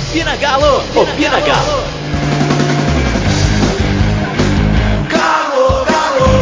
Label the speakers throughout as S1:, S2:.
S1: Opina Galo! Opina Galo! Galo, Galo!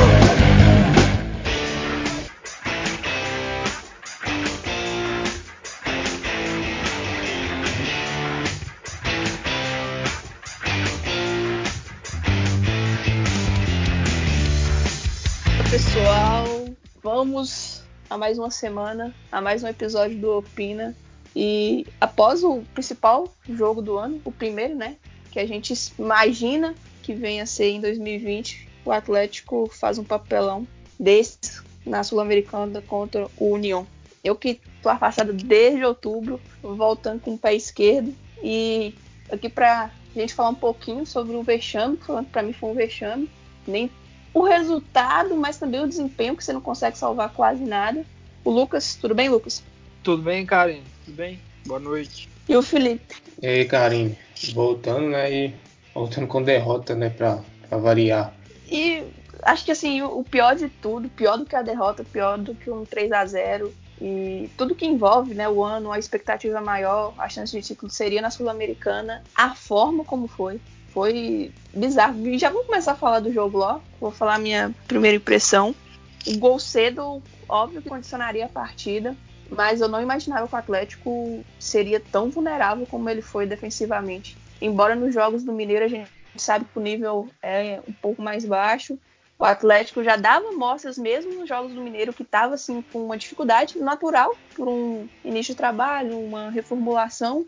S2: Pessoal, vamos a mais uma semana, a mais um episódio do Opina. E após o principal jogo do ano, o primeiro, né, que a gente imagina que venha a ser em 2020, o Atlético faz um papelão desses na Sul-Americana contra o Unión. Eu que tô afastado desde outubro, voltando com o pé esquerdo, e aqui pra gente falar um pouquinho sobre o vexame, que pra mim foi um vexame, nem o resultado, mas também o desempenho, que você não consegue salvar quase nada. O Lucas, tudo bem, Lucas?
S3: Tudo bem, Karen? Tudo bem? Boa noite.
S2: E o Felipe?
S4: E aí, Karen? Voltando, né? E voltando com derrota, né? Pra variar.
S2: E acho que assim, o pior de tudo, pior do que a derrota, pior do que um 3-0, e tudo que envolve, né, o ano, a expectativa maior, a chance de título seria na Sul-Americana, a forma como foi bizarro. E já vou começar a falar do jogo logo, vou falar a minha primeira impressão. O gol cedo, óbvio que condicionaria a partida, mas eu não imaginava que o Atlético seria tão vulnerável como ele foi defensivamente. Embora nos jogos do Mineiro a gente sabe que o nível é um pouco mais baixo, o Atlético já dava mostras mesmo nos jogos do Mineiro que estava assim, com uma dificuldade natural por um início de trabalho, uma reformulação,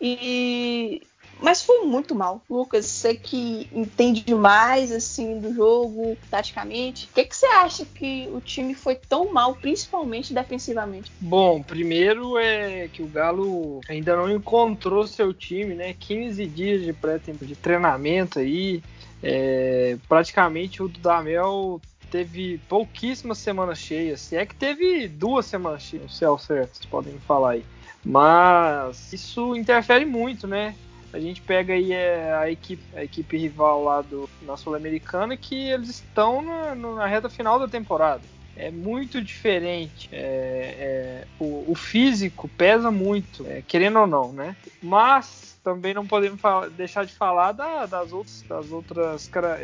S2: mas foi muito mal. Lucas, você que entende demais assim do jogo, taticamente, o que você acha que o time foi tão mal, principalmente defensivamente?
S3: Bom, primeiro é que o Galo ainda não encontrou seu time, né? 15 dias de treinamento aí. Praticamente o Dudamel teve pouquíssimas semanas cheias. Se é que teve 2 semanas cheias, no céu certo, vocês podem me falar aí. Mas isso interfere muito, né? A gente pega aí a equipe rival lá na Sul-Americana, que eles estão na reta final da temporada. É muito diferente. O físico pesa muito, querendo ou não, né? Mas também não podemos deixar de falar das outras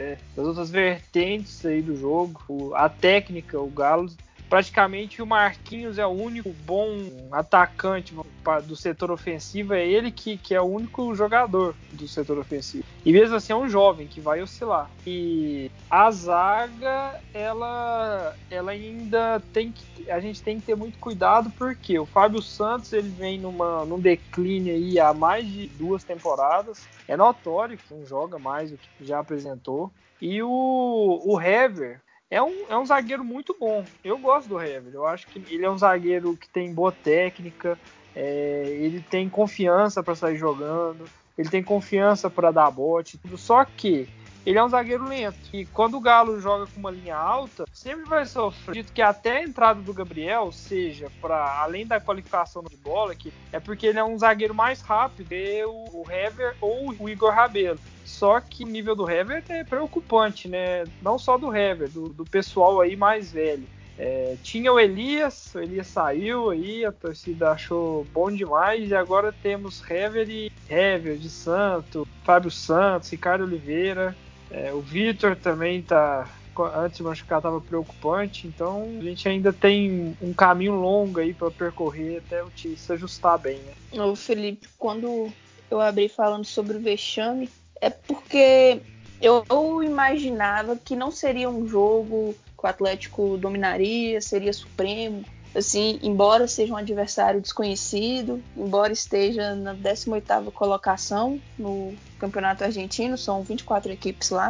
S3: vertentes aí do jogo. A técnica, o Galo. Praticamente o Marquinhos é o único bom atacante do setor ofensivo, é ele que é o único jogador do setor ofensivo. E mesmo assim é um jovem que vai oscilar. E a zaga, ela ainda a gente tem que ter muito cuidado, porque o Fábio Santos ele vem num declínio aí há mais de 2 temporadas. É notório que não joga mais do que já apresentou. E o Hever é um zagueiro muito bom. Eu gosto do Hever. Eu acho que ele é um zagueiro que tem boa técnica, ele tem confiança para sair jogando, ele tem confiança para dar bote, tudo. Só que ele é um zagueiro lento. E quando o Galo joga com uma linha alta, sempre vai sofrer. Dito que até a entrada do Gabriel seja para além da qualificação de bola, que é porque ele é um zagueiro mais rápido que o Hever ou o Igor Rabelo. Só que o nível do Hever é preocupante, né? Não só do Hever, do pessoal aí mais velho. Tinha o Elias saiu aí, a torcida achou bom demais, e agora temos Hever de Santo, Fábio Santos, Ricardo Oliveira, o Vitor também tá, antes de machucar estava preocupante, então a gente ainda tem um caminho longo aí para percorrer até o time se ajustar bem, né?
S2: Ô Felipe, quando eu abri falando sobre o vexame, é porque eu imaginava que não seria um jogo que o Atlético dominaria, seria supremo. Assim, embora seja um adversário desconhecido, embora esteja na 18ª colocação no Campeonato Argentino, são 24 equipes lá,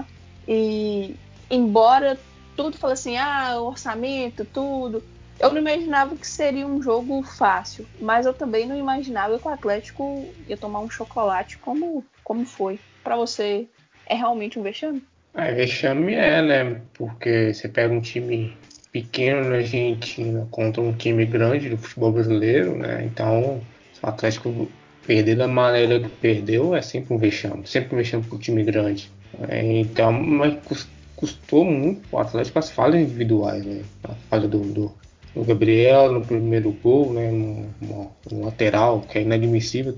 S2: e embora tudo fale assim, orçamento, tudo, eu não imaginava que seria um jogo fácil, mas eu também não imaginava que o Atlético ia tomar um chocolate como foi. Pra você, é realmente um vexame?
S4: Vexame né? Porque você pega um time pequeno na Argentina contra um time grande do futebol brasileiro, né? Então, se o Atlético perder da maneira que perdeu, é sempre um vexame para o time grande. Então, mas custou muito o Atlético as falhas individuais, né? A falha do Gabriel no primeiro gol, né? No lateral, que é inadmissível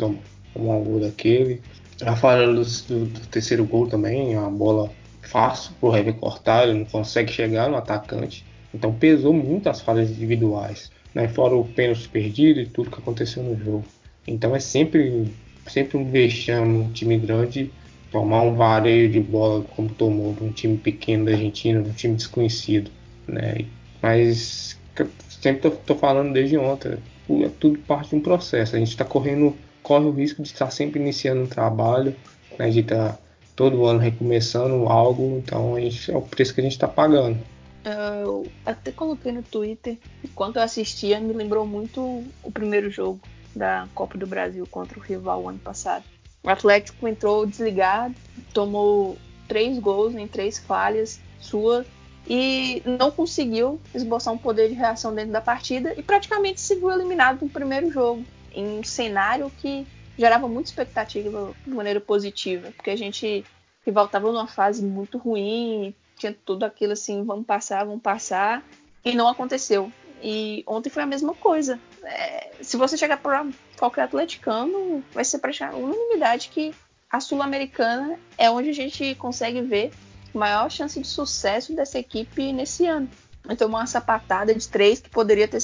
S4: tomar um gol daquele. Já falando do terceiro gol também, é uma bola fácil pro Hever cortar, ele não consegue chegar no atacante. Então pesou muito as falhas individuais, né? Fora o pênalti perdido e tudo que aconteceu no jogo. Então é sempre um vexame um time grande tomar um vareio de bola como tomou de um time pequeno da Argentina, de um time desconhecido, né? Mas sempre tô falando desde ontem, é tudo parte de um processo. A gente corre o risco de estar sempre iniciando um trabalho, né? De estar todo ano recomeçando algo, então é o preço que a gente está pagando.
S2: Eu até coloquei no Twitter, enquanto eu assistia, me lembrou muito o primeiro jogo da Copa do Brasil contra o rival ano passado. O Atlético entrou desligado, tomou 3 gols em 3 falhas suas e não conseguiu esboçar um poder de reação dentro da partida e praticamente se viu eliminado no primeiro jogo, em um cenário que gerava muita expectativa de maneira positiva, porque o rival estava numa fase muito ruim, tinha tudo aquilo assim, vamos passar, e não aconteceu. E ontem foi a mesma coisa. Se você chegar para qualquer atleticano, vai ser praticamente unanimidade que a Sul-Americana é onde a gente consegue ver a maior chance de sucesso dessa equipe nesse ano. Então, uma sapatada de 3 que poderia ter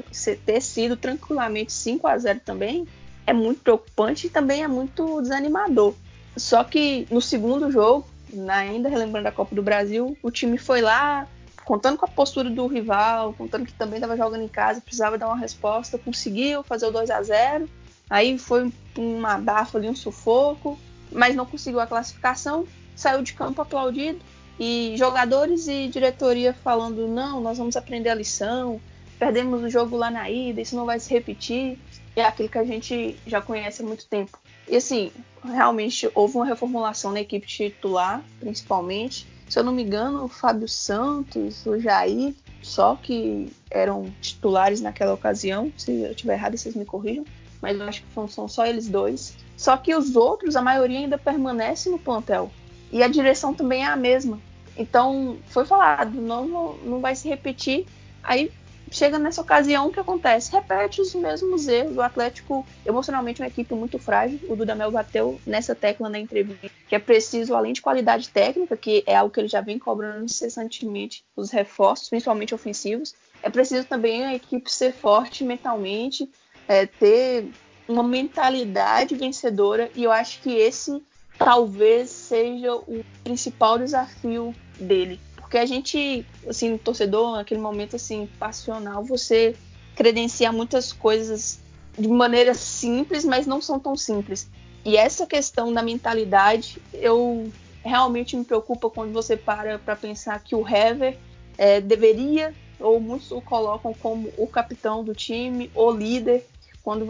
S2: sido tranquilamente 5-0 também é muito preocupante e também é muito desanimador. Só que no segundo jogo, ainda relembrando a Copa do Brasil, o time foi lá, contando com a postura do rival, contando que também estava jogando em casa, precisava dar uma resposta, conseguiu fazer o 2-0, aí foi um abafo ali, um sufoco, mas não conseguiu a classificação, saiu de campo aplaudido, e jogadores e diretoria falando, não, nós vamos aprender a lição, perdemos o jogo lá na ida, isso não vai se repetir, é aquilo que a gente já conhece há muito tempo. E assim, realmente houve uma reformulação na equipe titular, principalmente. Se eu não me engano, o Fábio Santos, o Jair, só que eram titulares naquela ocasião. Se eu estiver errado, vocês me corrijam. Mas eu acho que são só eles dois. Só que os outros, a maioria ainda permanece no plantel. E a direção também é a mesma. Então, foi falado, não vai se repetir. Aí chega nessa ocasião, o que acontece? Repete os mesmos erros. O Atlético, emocionalmente, é uma equipe muito frágil. O Dudamel bateu nessa tecla na entrevista, que é preciso, além de qualidade técnica, que é algo que ele já vem cobrando incessantemente, os reforços, principalmente ofensivos, é preciso também a equipe ser forte mentalmente, ter uma mentalidade vencedora, e eu acho que esse talvez seja o principal desafio dele. Porque a gente, assim, torcedor, naquele momento, assim, passional, você credencia muitas coisas de maneira simples, mas não são tão simples. E essa questão da mentalidade, eu realmente me preocupa quando você para pensar que o Hever deveria, ou muitos o colocam como o capitão do time, o líder, quando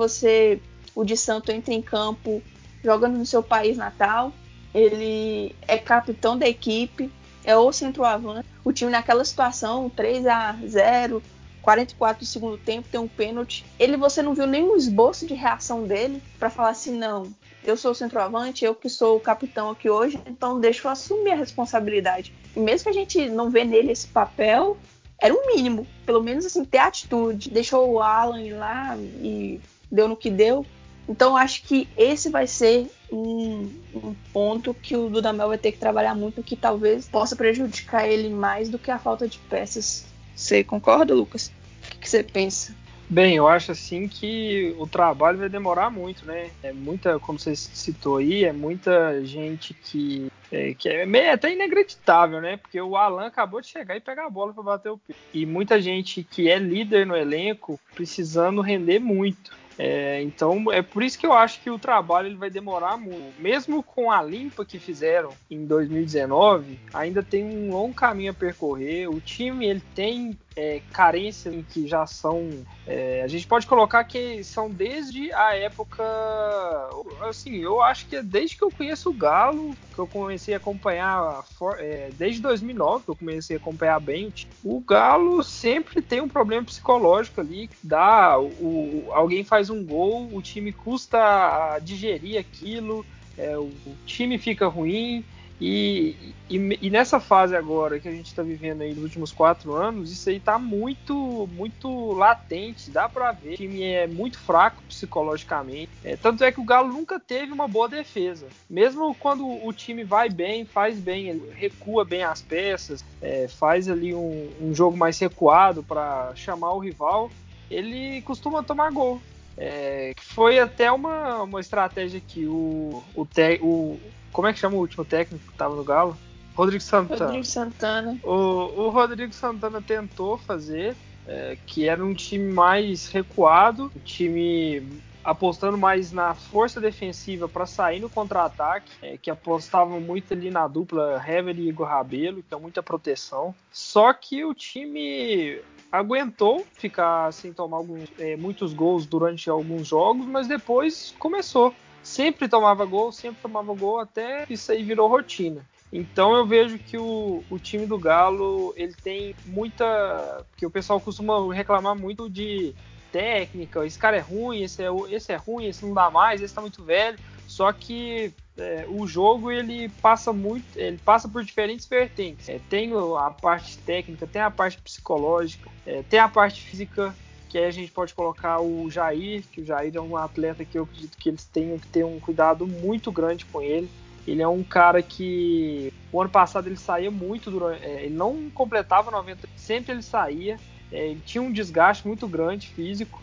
S2: o Di Santo entra em campo jogando no seu país natal, ele é capitão da equipe, é o centroavante. O time naquela situação, 3-0, 44 do segundo tempo, tem um pênalti. Você não viu nenhum esboço de reação dele para falar assim, não, eu sou o centroavante, eu que sou o capitão aqui hoje, então deixa eu assumir a responsabilidade. E mesmo que a gente não vê nele esse papel, era um mínimo, pelo menos assim, ter atitude. Deixou o Alan ir lá e deu no que deu. Então acho que esse vai ser um ponto que o Dudamel vai ter que trabalhar muito, que talvez possa prejudicar ele mais do que a falta de peças. Você concorda, Lucas? O que você pensa?
S3: Bem, eu acho assim que o trabalho vai demorar muito, né? Como você citou aí, é muita gente que é meio até inacreditável, né? Porque o Alan acabou de chegar e pegar a bola para bater o pé. E muita gente que é líder no elenco precisando render muito. Então é por isso que eu acho que o trabalho ele vai demorar muito. Mesmo com a limpa que fizeram em 2019, ainda tem um longo caminho a percorrer. O time ele tem carências que já são. A gente pode colocar que são desde a época. Assim, eu acho que é desde que eu conheço o Galo, que eu comecei a acompanhar. Desde 2009 que eu comecei a acompanhar bem. O Galo sempre tem um problema psicológico ali. Alguém faz um gol, o time custa a digerir aquilo, o time fica ruim. E nessa fase agora que a gente está vivendo aí nos últimos 4 anos, isso aí tá muito, muito latente, dá para ver. O time é muito fraco psicologicamente. Tanto é que o Galo nunca teve uma boa defesa. Mesmo quando o time vai bem, faz bem, ele recua bem as peças, faz ali um jogo mais recuado para chamar o rival, ele costuma tomar gol. Foi até uma estratégia que como é que chama o último técnico que estava no Galo? Rodrigo Santana. O Rodrigo Santana tentou fazer, que era um time mais recuado, um time apostando mais na força defensiva para sair no contra-ataque, que apostavam muito ali na dupla Hever e Igor Rabelo, que é muita proteção. Só que o time aguentou ficar sem tomar muitos gols durante alguns jogos, mas depois começou. Sempre tomava gol, até isso aí virou rotina. Então eu vejo que o time do Galo, ele tem muita... que o pessoal costuma reclamar muito de técnica, esse cara é ruim, esse é ruim, esse não dá mais, esse tá muito velho. Só que o jogo ele passa por diferentes vertentes. Tem a parte técnica, tem a parte psicológica, tem a parte física, que aí a gente pode colocar o Jair, que o Jair é um atleta que eu acredito que eles tenham que ter um cuidado muito grande com ele. Ele é um cara que o ano passado ele saía muito, ele não completava 90, sempre ele saía, ele tinha um desgaste muito grande físico,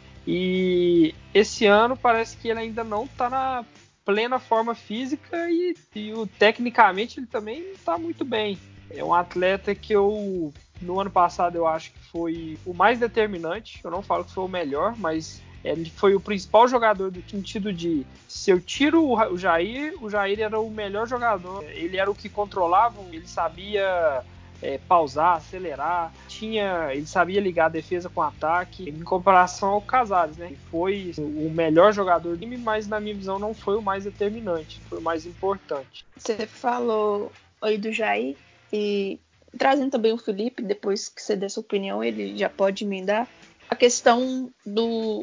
S3: e esse ano parece que ele ainda não está na plena forma física e tecnicamente ele também não está muito bem. É um atleta que no ano passado eu acho que foi o mais determinante. Eu não falo que foi o melhor, mas ele foi o principal jogador do sentido de, se eu tiro o Jair era o melhor jogador. Ele era o que controlava, ele sabia pausar, acelerar, ele sabia ligar a defesa com o ataque, em comparação ao Casares, né? Foi o melhor jogador do time, mas na minha visão não foi o mais determinante, foi o mais importante.
S2: Você falou aí do Jair, e trazendo também o Felipe, depois que você der sua opinião, ele já pode emendar a questão do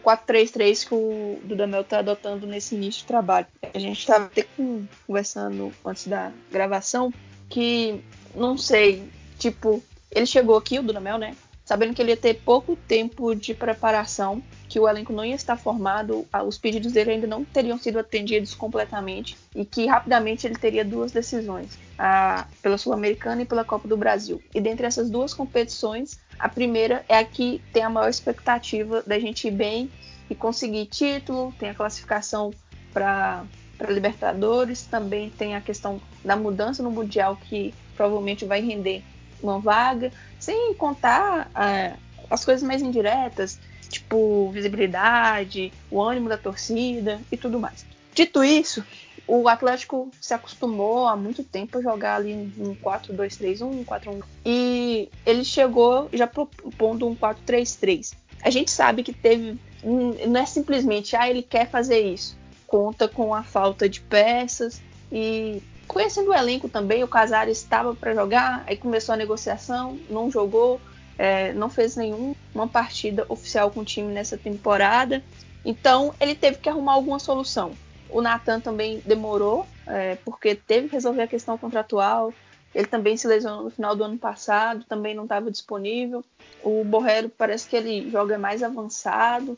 S2: 4-3-3 que o Dudamel está adotando nesse início de trabalho. A gente estava até conversando antes da gravação que, não sei, tipo, ele chegou aqui, o Dudamel, né, sabendo que ele ia ter pouco tempo de preparação, que o elenco não ia estar formado, os pedidos dele ainda não teriam sido atendidos completamente, e que rapidamente ele teria 2 decisões, pela Sul-Americana e pela Copa do Brasil. E dentre essas 2 competições, a primeira é a que tem a maior expectativa da gente ir bem e conseguir título, tem a classificação para Libertadores, também tem a questão da mudança no Mundial, que provavelmente vai render uma vaga, sem contar as coisas mais indiretas, tipo visibilidade, o ânimo da torcida e tudo mais. Dito isso, o Atlético se acostumou há muito tempo a jogar ali um 4-2-3-1, um 4-1, e ele chegou já propondo um 4-3-3. A gente sabe que não é simplesmente, ele quer fazer isso. Conta com a falta de peças, e conhecendo o elenco também, o Casares estava para jogar, aí começou a negociação, não jogou, não fez nenhuma partida oficial com o time nessa temporada, então ele teve que arrumar alguma solução. O Nathan também demorou, porque teve que resolver a questão contratual, ele também se lesionou no final do ano passado, também não estava disponível. O Borrero parece que ele joga mais avançado,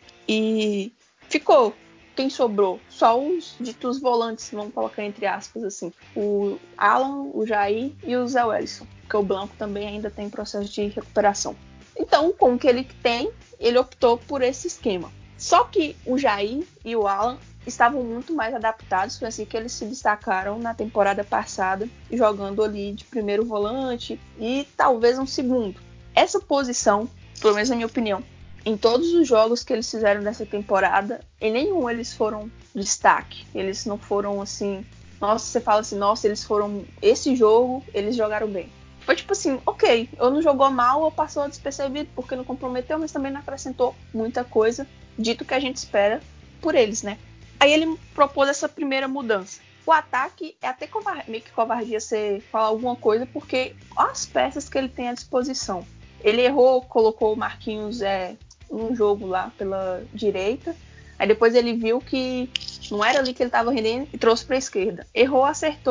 S2: e ficou. Quem sobrou? Só os ditos volantes, vamos colocar entre aspas assim. O Alan, o Jair e o Zé Wellison, porque o Blanco também ainda tem processo de recuperação. Então, com o que ele tem, ele optou por esse esquema. Só que o Jair e o Alan estavam muito mais adaptados, foi assim que eles se destacaram na temporada passada, jogando ali de primeiro volante e talvez um segundo. Essa posição, pelo menos na minha opinião, em todos os jogos que eles fizeram nessa temporada, em nenhum eles foram destaque. Eles não foram assim, nossa, você fala assim, nossa, eles foram, esse jogo, eles jogaram bem. Foi tipo assim, ok, ou não jogou mal ou passou despercebido porque não comprometeu, mas também não acrescentou muita coisa, dito que a gente espera por eles, né? Aí ele propôs essa primeira mudança. O ataque é até meio que covardia você falar alguma coisa, porque as peças que ele tem à disposição. Ele errou, colocou o Marquinhos num jogo lá pela direita, aí depois ele viu que não era ali que ele estava rendendo e trouxe para a esquerda. Errou, acertou,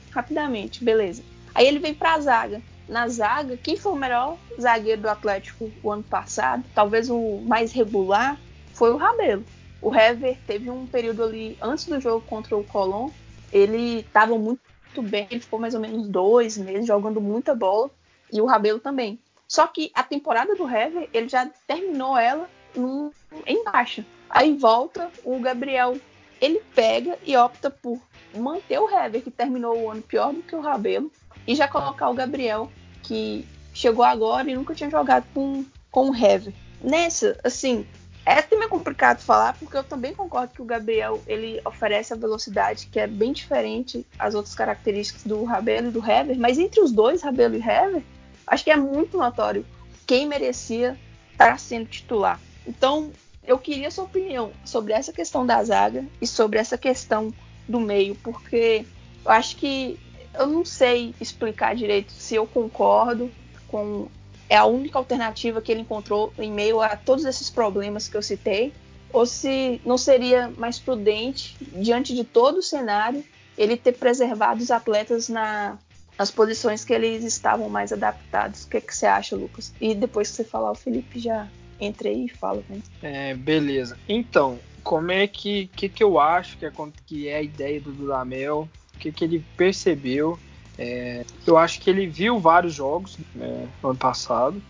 S2: rapidamente, beleza. Aí ele vem pra zaga. Na zaga, quem foi o melhor zagueiro do Atlético o ano passado, talvez o mais regular, foi o Rabelo. O Hever teve um período ali, antes do jogo contra o Colón, ele estava muito bem, ele ficou mais ou menos 2 meses jogando muita bola, e o Rabelo também. Só que a temporada do Hever, ele já terminou ela em baixa. Aí volta o Gabriel, ele pega e opta por manter o Hever, que terminou o ano pior do que o Rabelo, e já colocar o Gabriel, que chegou agora e nunca tinha jogado com o Hever. Nessa, assim, é até meio complicado falar, porque eu também concordo que o Gabriel, ele oferece a velocidade que é bem diferente as outras características do Rabelo e do Hever, mas entre os dois, Rabelo e Hever, acho que é muito notório quem merecia estar sendo titular. Então, eu queria sua opinião sobre essa questão da zaga e sobre essa questão do meio, porque eu acho que eu não sei explicar direito se eu concordo com é a única alternativa que ele encontrou em meio a todos esses problemas que eu citei, ou se não seria mais prudente, diante de todo o cenário, ele ter preservado os atletas nas posições que eles estavam mais adaptados. O que você acha, Lucas? E depois que você falar, o Felipe já entra aí e fala. Né?
S3: Beleza. Então, como é que eu acho que é a ideia do Dudamel? O que ele percebeu? Eu acho que ele viu vários jogos no ano passado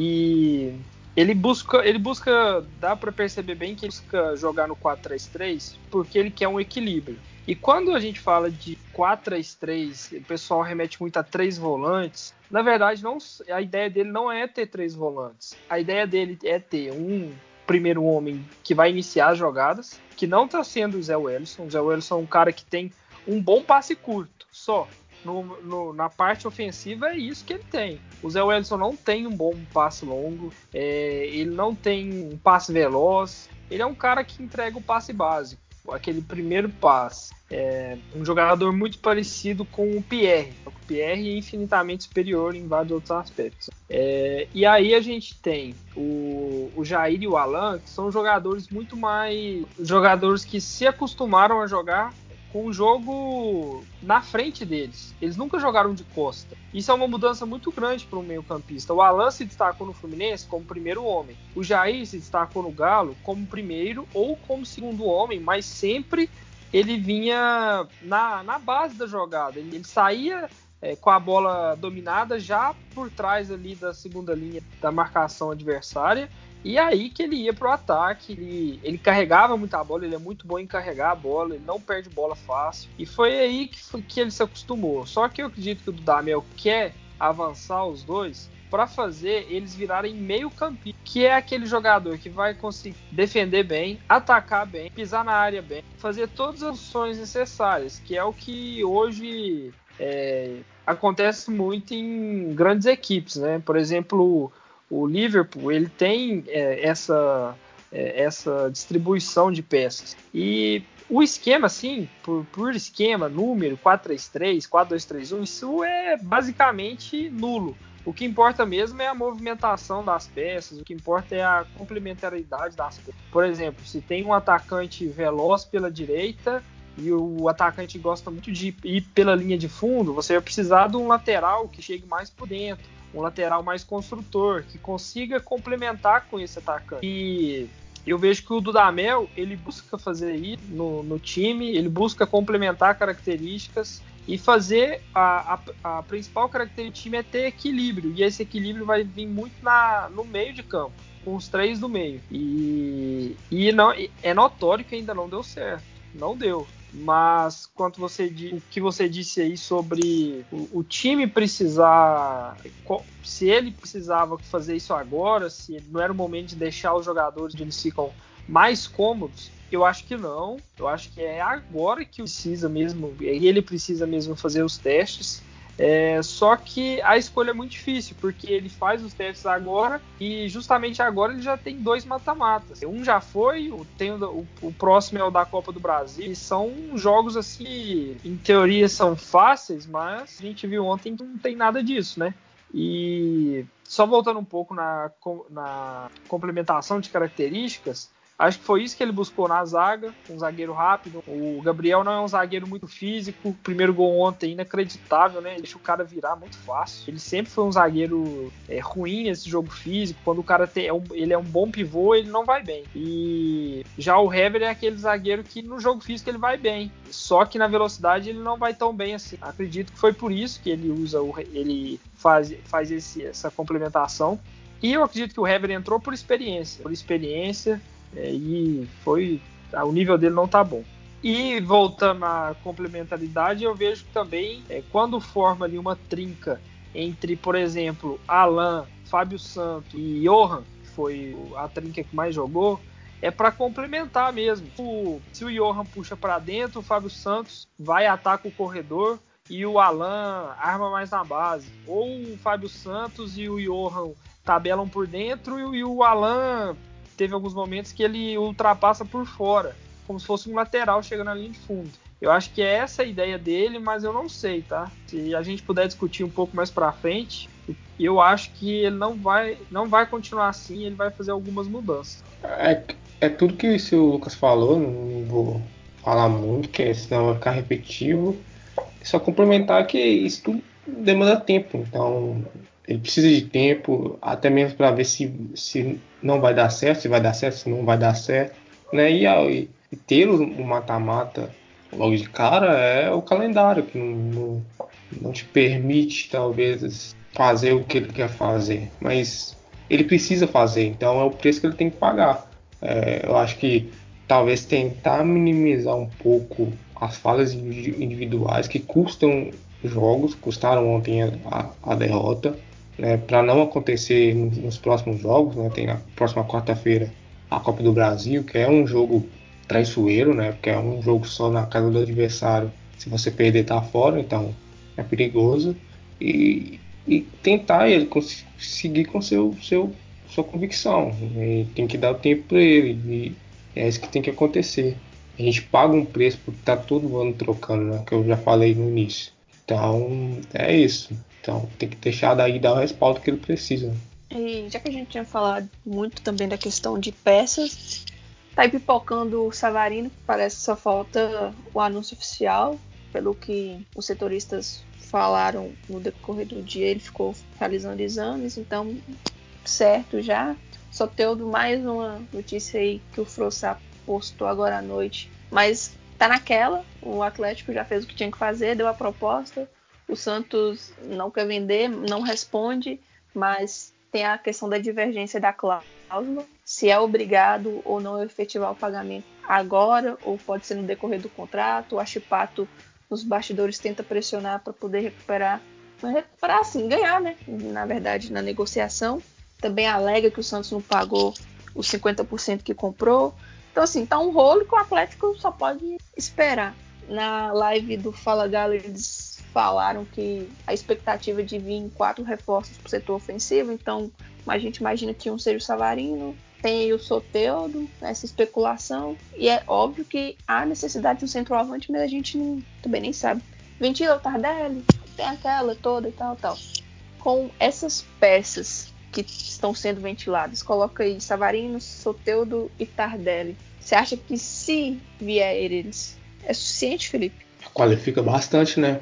S3: e ele busca, dá para perceber bem que ele busca jogar no 4-3-3 porque ele quer um equilíbrio. E quando a gente fala de 4-3-3, o pessoal remete muito a 3 volantes. Na verdade, a ideia dele não é ter 3 volantes. A ideia dele é ter um primeiro homem que vai iniciar as jogadas, que não está sendo o Zé Wellison. O Zé Wellison é um cara que tem um bom passe curto, só. Na parte ofensiva é isso que ele tem. O Zé Wellison não tem um bom passe longo, ele não tem um passe veloz, ele é um cara que entrega o passe básico, aquele primeiro passe. Um jogador muito parecido com o Pierre. O Pierre é infinitamente superior em vários outros aspectos. E aí a gente tem o Jair e o Alan, que são jogadores muito mais... jogadores que se acostumaram a jogar com o jogo na frente deles. Eles nunca jogaram de costa. Isso é uma mudança muito grande para o meio-campista. O Alan se destacou no Fluminense como primeiro homem. O Jair se destacou no Galo como primeiro ou como segundo homem, mas sempre ele vinha na base da jogada. Ele saía com a bola dominada já por trás ali da segunda linha da marcação adversária. E aí que ele ia pro ataque, ele carregava muita bola, ele é muito bom em carregar a bola, ele não perde bola fácil. E foi aí que ele se acostumou. Só que eu acredito que o Dudamel quer avançar os dois para fazer eles virarem meio campista, que é aquele jogador que vai conseguir defender bem, atacar bem, pisar na área bem, fazer todas as ações necessárias, que é o que hoje acontece muito em grandes equipes, né? Por exemplo, o Liverpool, ele tem essa distribuição de peças. E o esquema, assim, por esquema, número, 4-3-3, 4-2-3-1, isso é basicamente nulo. O que importa mesmo é a movimentação das peças, o que importa é a complementaridade das peças. Por exemplo, se tem um atacante veloz pela direita e o atacante gosta muito de ir pela linha de fundo, você vai precisar de um lateral que chegue mais por dentro, um lateral mais construtor, que consiga complementar com esse atacante. E eu vejo que o Dudamel, ele busca fazer isso no time, ele busca complementar características e fazer a principal característica do time é ter equilíbrio, e esse equilíbrio vai vir muito no meio de campo, com os 3 do meio. E não, é notório que ainda não deu certo, não deu. Mas quanto o que você disse aí sobre o time precisar, se ele precisava fazer isso agora, se não era o momento de deixar os jogadores onde eles ficam mais cômodos, eu acho que não. Eu acho que é agora que ele precisa mesmo fazer os testes. Só que a escolha é muito difícil, porque ele faz os testes agora e justamente agora ele já tem 2 mata-matas. Um já foi, o próximo é o da Copa do Brasil. E são jogos assim, em teoria são fáceis, mas a gente viu ontem que não tem nada disso, né? E só voltando um pouco na complementação de características, Acho que foi isso que ele buscou na zaga, um zagueiro rápido. O Gabriel não é um zagueiro muito físico. O primeiro gol ontem, inacreditável, né? Deixa o cara virar muito fácil. Ele sempre foi um zagueiro ruim nesse jogo físico. Quando o cara ele é um bom pivô, ele não vai bem. E já o Hever é aquele zagueiro que no jogo físico ele vai bem. Só que na velocidade ele não vai tão bem assim. Acredito que foi por isso que ele faz essa complementação. E eu acredito que o Hever entrou por experiência. E o nível dele não tá bom. E voltando à complementaridade, eu vejo que também quando forma ali uma trinca entre, por exemplo, Alan, Fábio Santos e Johan, que foi a trinca que mais jogou, é para complementar mesmo. Se o Johan puxa para dentro, o Fábio Santos vai atacar o corredor e o Alan arma mais na base. Ou o Fábio Santos e o Johan tabelam por dentro e o Alan teve alguns momentos que ele ultrapassa por fora, como se fosse um lateral chegando na linha de fundo. Eu acho que é essa a ideia dele, mas eu não sei, tá? Se a gente puder discutir um pouco mais pra frente, eu acho que ele não vai continuar assim, ele vai fazer algumas mudanças.
S4: É tudo que o seu Lucas falou, não vou falar muito, que senão vai ficar repetitivo. Só complementar que isso tudo demanda tempo, então ele precisa de tempo, até mesmo para ver se não vai dar certo, se vai dar certo, se não vai dar certo, né? E ter o mata-mata logo de cara é o calendário que não te permite talvez fazer o que ele quer fazer, mas ele precisa fazer, então é o preço que ele tem que pagar. Eu acho que talvez tentar minimizar um pouco as falhas individuais que custaram ontem a derrota, né, para não acontecer nos próximos jogos, né, tem na próxima quarta-feira a Copa do Brasil, que é um jogo traiçoeiro, né, porque é um jogo só na casa do adversário, se você perder tá fora, então é perigoso, e tentar ele seguir com sua convicção, né, tem que dar o tempo para ele, e é isso que tem que acontecer. A gente paga um preço por estar todo ano trocando, né? Que eu já falei no início. Então, é isso. Então, tem que deixar daí dar o respaldo que ele precisa.
S2: E já que a gente tinha falado muito também da questão de peças, tá aí pipocando o Savarino, parece que só falta o anúncio oficial. Pelo que os setoristas falaram no decorrer do dia, ele ficou realizando exames, então certo já. Soteldo, mais uma notícia aí que o Frossá postou agora à noite, mas tá naquela, o Atlético já fez o que tinha que fazer, deu a proposta, o Santos não quer vender, não responde, mas tem a questão da divergência da cláusula, se é obrigado ou não a efetivar o pagamento agora, ou pode ser no decorrer do contrato. O Achipato nos bastidores tenta pressionar para poder recuperar assim, ganhar, né? Na verdade, na negociação. Também alega que o Santos não pagou os 50% que comprou. Então, assim, tá um rolo que o Atlético só pode esperar. Na live do Fala Galo, eles falaram que a expectativa de vir 4 reforços pro setor ofensivo. Então, a gente imagina que um seja o Savarino, tem aí o Soteldo, essa especulação. E é óbvio que há necessidade de um centroavante, mas a gente também nem sabe. Ventila o Tardelli, tem aquela toda e tal. Com essas peças que estão sendo ventiladas, coloca aí Savarino, Soteldo e Tardelli. Você acha que se vier eles é suficiente, Felipe?
S4: Qualifica bastante, né?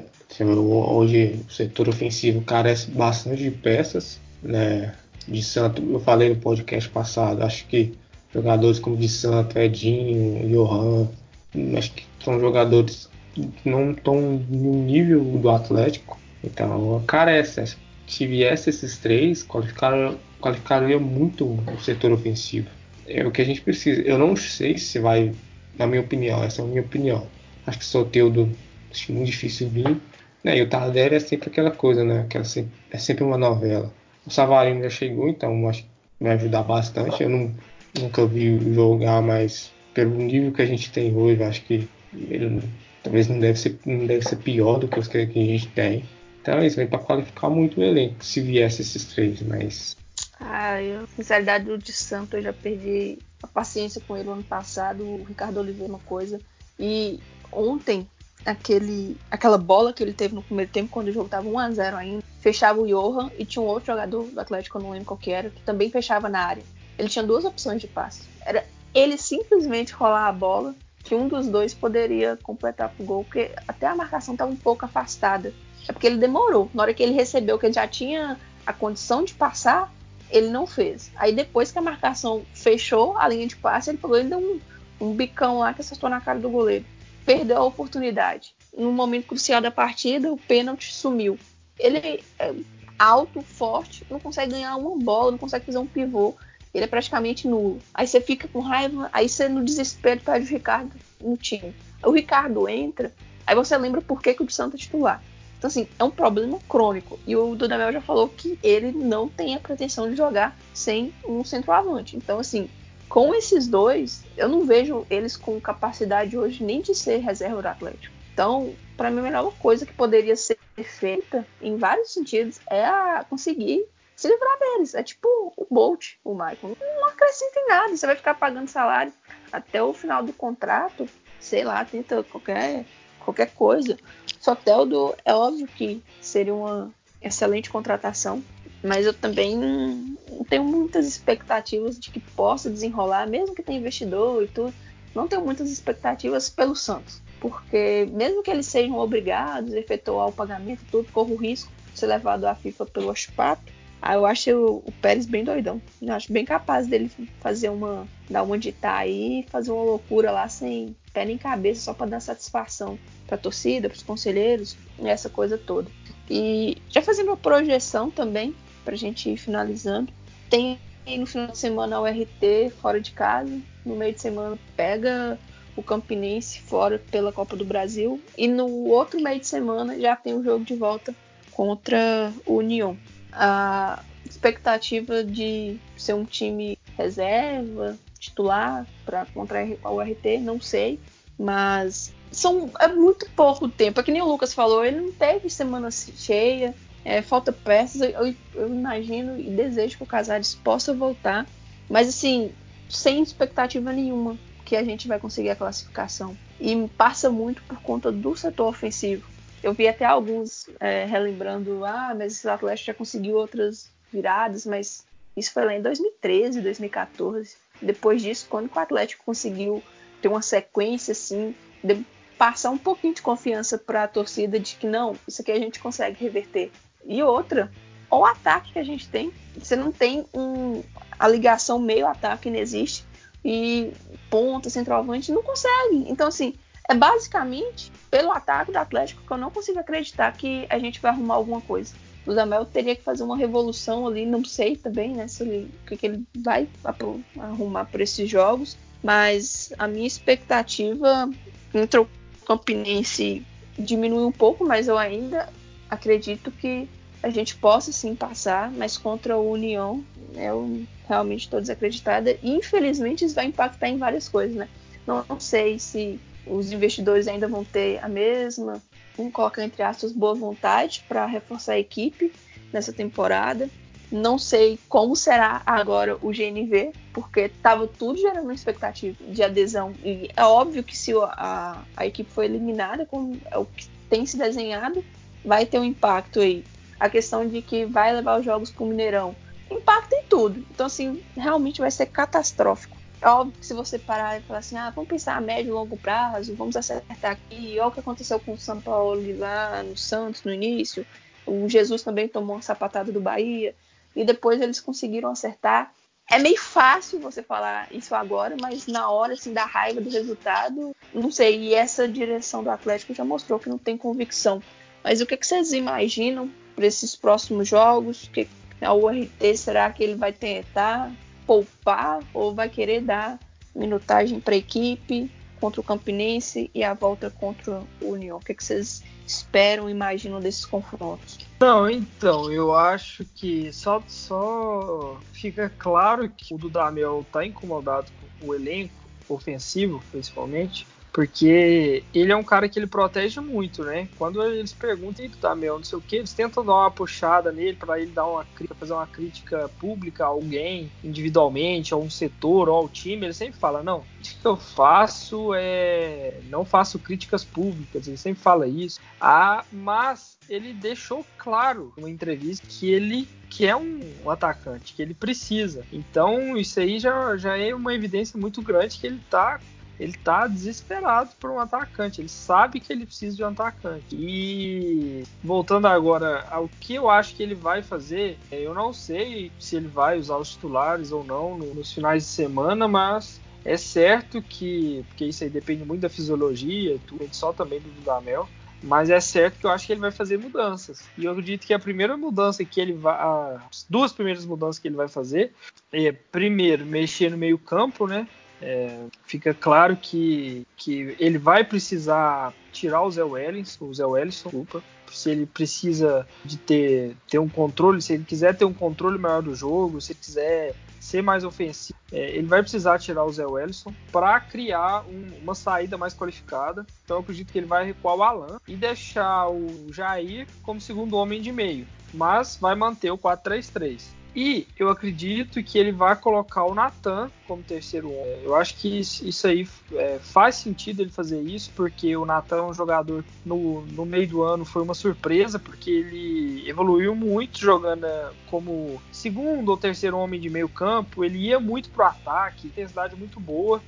S4: Hoje o setor ofensivo carece bastante de peças, né? De Santo, eu falei no podcast passado, acho que jogadores como de Santo, Edinho, Johan, acho que são jogadores que não estão no nível do Atlético, então carece. Se viesse esses três, qualificaria muito o setor ofensivo. É o que a gente precisa. Eu não sei se vai, na minha opinião, essa é a minha opinião. Acho que Soteldo acho muito difícil vir. Né? E o Tardelli é sempre aquela coisa, né? É sempre uma novela. O Savarino já chegou, então acho que vai ajudar bastante. Eu nunca vi jogar, mas pelo nível que a gente tem hoje, acho que ele talvez não deve ser pior do que os que a gente tem. Então é isso, vem para qualificar muito o elenco, se viesse esses três, mas...
S2: Sinceridade, o de Santo, eu já perdi a paciência com ele ano passado, o Ricardo Oliveira, uma coisa. E ontem, aquela bola que ele teve no primeiro tempo, quando o jogo estava 1-0 ainda, fechava o Johan e tinha um outro jogador do Atlético, eu não lembro qual que era, que também fechava na área. Ele tinha 2 opções de passe. Era ele simplesmente rolar a bola, que um dos dois poderia completar pro gol, porque até a marcação estava um pouco afastada. É porque ele demorou. Na hora que ele recebeu que ele já tinha a condição de passar, ele não fez. Aí depois que a marcação fechou a linha de passe, ele pegou e deu um bicão lá que acertou na cara do goleiro. Perdeu a oportunidade. No momento crucial da partida, o pênalti sumiu. Ele é alto, forte, não consegue ganhar uma bola, não consegue fazer um pivô. Ele é praticamente nulo. Aí você fica com raiva, aí você no desespero pede o Ricardo no time. Aí o Ricardo entra, aí você lembra por que o de Santos é titular. Então, assim, é um problema crônico. E o Dudamel já falou que ele não tem a pretensão de jogar sem um centroavante. Então, assim, com esses dois, eu não vejo eles com capacidade hoje nem de ser reserva do Atlético. Então, para mim, a melhor coisa que poderia ser feita, em vários sentidos, é conseguir se livrar deles. É tipo o Bolt, o Michael. Não acrescenta em nada. Você vai ficar pagando salário até o final do contrato. Sei lá, tenta qualquer coisa. Soteldo é óbvio que seria uma excelente contratação, mas eu também não tenho muitas expectativas de que possa desenrolar, mesmo que tenha investidor e tudo. Não tenho muitas expectativas pelo Santos, porque mesmo que eles sejam obrigados a efetuar o pagamento, tudo corre o risco de ser levado à FIFA pelo Ospato. Aí eu acho o Pérez bem doidão. Eu acho bem capaz dele dar uma de tá aí e fazer uma loucura lá sem pé nem cabeça, só para dar satisfação para a torcida, para os conselheiros, e essa coisa toda. E já fazendo uma projeção também, para a gente ir finalizando, tem no final de semana o RT fora de casa, no meio de semana pega o Campinense fora pela Copa do Brasil, e no outro meio de semana já tem o jogo de volta contra o União. A expectativa de ser um time reserva, titular contra o RT, não sei, mas é muito pouco tempo. É que nem o Lucas falou, ele não teve semana cheia, falta peças. Eu imagino e desejo que o Casares possa voltar, mas assim, sem expectativa nenhuma que a gente vai conseguir a classificação. E passa muito por conta do setor ofensivo. Eu vi até alguns relembrando, mas o Atlético já conseguiu outras viradas, mas isso foi lá em 2013, 2014. Depois disso, quando o Atlético conseguiu ter uma sequência assim, de passar um pouquinho de confiança para a torcida de que não, isso aqui a gente consegue reverter. E outra, o ataque que a gente tem, você não tem a ligação meio-ataque, não existe, e ponta, centroavante, não consegue. Então, assim, é basicamente pelo ataque do Atlético que eu não consigo acreditar que a gente vai arrumar alguma coisa. O Dudamel teria que fazer uma revolução ali, não sei também, né, o que ele vai arrumar por esses jogos, mas a minha expectativa contra o Campinense diminui um pouco, mas eu ainda acredito que a gente possa sim passar, mas contra o União eu realmente estou desacreditada e infelizmente isso vai impactar em várias coisas, né? Não sei se os investidores ainda vão ter a mesma, coloca entre aspas, boa vontade para reforçar a equipe nessa temporada. Não sei como será agora o GNV, porque estava tudo gerando uma expectativa de adesão. E é óbvio que se a equipe foi eliminada, como é o que tem se desenhado, vai ter um impacto aí. A questão de que vai levar os jogos para o Mineirão impacta em tudo. Então, assim, realmente vai ser catastrófico. É óbvio que se você parar e falar assim, vamos pensar a médio e longo prazo, vamos acertar aqui, olha o que aconteceu com o São Paulo lá no Santos no início, o Jesus também tomou uma sapatada do Bahia, e depois eles conseguiram acertar. É meio fácil você falar isso agora, mas na hora assim, da raiva do resultado, não sei, e essa direção do Atlético já mostrou que não tem convicção. Mas o que vocês imaginam para esses próximos jogos? O RT, será que ele vai tentar poupar ou vai querer dar minutagem para a equipe contra o Campinense e a volta contra o União? O que vocês esperam e imaginam desses confrontos?
S3: Não, então, eu acho que só fica claro que o Dudamel está incomodado com o elenco ofensivo, principalmente, Porque ele é um cara que ele protege muito, né? Quando eles perguntam, Dudamel, não sei o que, eles tentam dar uma puxada nele para ele fazer uma crítica pública a alguém, individualmente, a um setor ou ao time. Ele sempre fala, não, o que eu faço não faço críticas públicas. Ele sempre fala isso. Mas ele deixou claro numa entrevista que é um atacante, que ele precisa. Então isso aí já é uma evidência muito grande que ele tá desesperado por um atacante. Ele sabe que ele precisa de um atacante. E voltando agora ao que eu acho que ele vai fazer, eu não sei se ele vai usar os titulares ou não nos finais de semana, mas é certo porque isso aí depende muito da fisiologia, depende só também do Dudamel. Mas é certo que eu acho que ele vai fazer mudanças. E eu acredito que a primeira mudança que ele vai. As duas primeiras mudanças que ele vai fazer é, primeiro, mexer no meio-campo, né? Fica claro que ele vai precisar tirar o Zé Wellison, desculpa, se ele precisa de ter um controle, se ele quiser ter um controle maior do jogo, se ele quiser ser mais ofensivo, ele vai precisar tirar o Zé Wellison para criar uma saída mais qualificada. Então eu acredito que ele vai recuar o Alan e deixar o Jair como segundo homem de meio, mas vai manter o 4-3-3. E eu acredito que ele vai colocar o Nathan como terceiro homem. Eu acho que isso aí faz sentido ele fazer isso, porque o Nathan é um jogador no meio do ano, foi uma surpresa, porque ele evoluiu muito jogando como segundo ou terceiro homem de meio campo. Ele ia muito pro ataque, intensidade muito boa.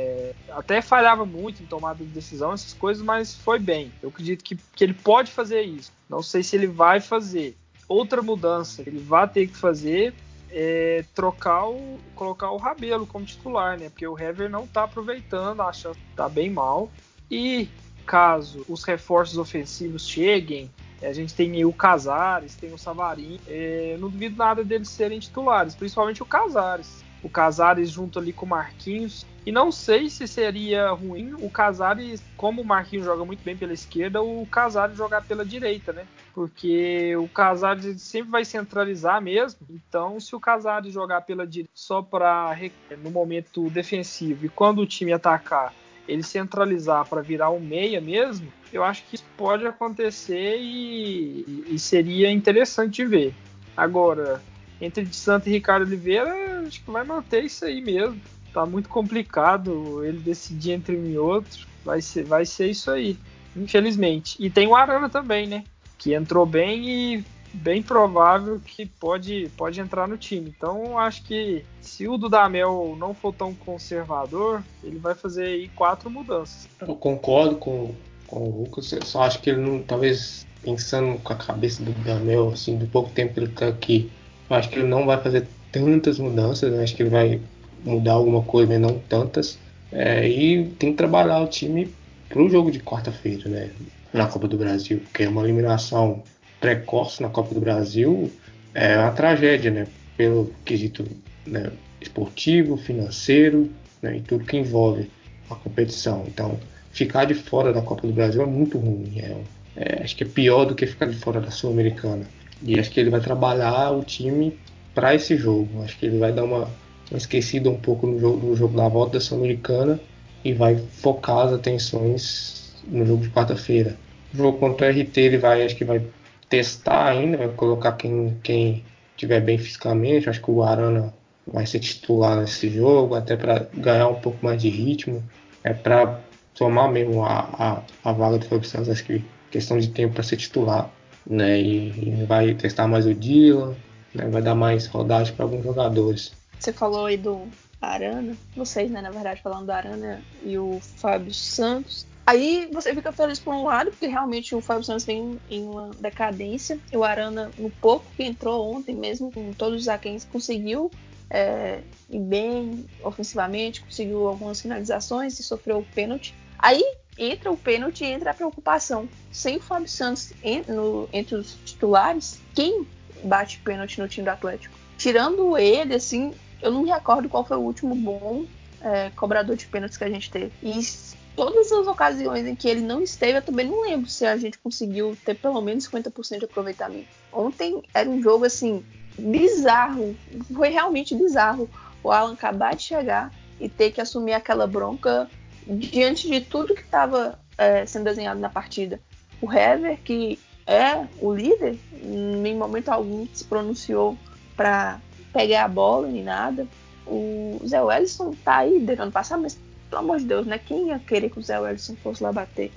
S3: Até falhava muito em tomada de decisão, essas coisas, mas foi bem. Eu acredito que ele pode fazer isso. Não sei se ele vai fazer. Outra mudança que ele vai ter que fazer é colocar o Rabelo como titular, né? Porque o Hever não está aproveitando, a chance está bem mal. E caso os reforços ofensivos cheguem, a gente tem o Casares, tem o Savarin, não duvido nada deles serem titulares, principalmente o Casares. O Casares junto ali com o Marquinhos. E não sei se seria ruim o Casares, como o Marquinhos joga muito bem pela esquerda, o Casares jogar pela direita, né? Porque o Casares sempre vai centralizar mesmo. Então, se o Casares jogar pela direita só para no momento defensivo e quando o time atacar, ele centralizar para virar um meia mesmo, eu acho que isso pode acontecer e seria interessante de ver. Agora, entre de Santo e Ricardo Oliveira, acho que vai manter isso aí mesmo. Tá muito complicado ele decidir entre um e outro. Vai ser isso aí, infelizmente. E tem o Arana também, né? Que entrou bem e bem provável que pode entrar no time. Então, acho que se o Dudamel não for tão conservador, ele vai fazer aí 4 mudanças.
S4: Eu concordo com o Lucas, eu só acho que ele não, talvez pensando com a cabeça do Dudamel, assim, do pouco tempo que ele tá aqui, eu acho que ele não vai fazer tantas mudanças, né? Acho que ele vai mudar alguma coisa, mas não tantas. E tem que trabalhar o time pro jogo de quarta-feira, né? Na Copa do Brasil, porque é uma eliminação precoce na Copa do Brasil, é uma tragédia, né? Pelo quesito, né, esportivo, financeiro, né, e tudo que envolve a competição. Então, ficar de fora da Copa do Brasil é muito ruim. Acho que é pior do que ficar de fora da Sul-Americana. E acho que ele vai trabalhar o time para esse jogo. Acho que ele vai dar uma esquecida um pouco no jogo da volta da Sul-Americana e vai focar as atenções no jogo de quarta-feira. O jogo contra o RT acho que vai testar ainda, vai colocar quem estiver bem fisicamente. Acho que o Arana vai ser titular nesse jogo, até para ganhar um pouco mais de ritmo, para tomar mesmo a vaga do Fábio Santos. Acho que questão de tempo para ser titular, né? E vai testar mais o Dylan, né? Vai dar mais rodagem para alguns jogadores.
S2: Você falou aí do Arana, vocês, né, na verdade, falando do Arana e o Fábio Santos. Aí você fica feliz por um lado, porque realmente o Fábio Santos vem em uma decadência. E o Arana, no pouco que entrou ontem, mesmo com todos os aquéns, conseguiu ir bem ofensivamente, conseguiu algumas finalizações e sofreu o pênalti. Aí entra o pênalti e entra a preocupação. Sem o Fábio Santos entre os titulares, quem bate pênalti no time do Atlético? Tirando ele, assim, eu não me recordo qual foi o último bom cobrador de pênaltis que a gente teve. E todas as ocasiões em que ele não esteve, eu também não lembro se a gente conseguiu ter pelo menos 50% de aproveitamento. Ontem era um jogo, assim, bizarro. Foi realmente bizarro o Alan acabar de chegar e ter que assumir aquela bronca diante de tudo que estava sendo desenhado na partida, o Hever, que é o líder, em momento algum se pronunciou para pegar a bola nem nada. O Zé Wellison tá aí desde o ano passado, mas pelo amor de Deus, né? Quem ia querer que o Zé Wellison fosse lá bater?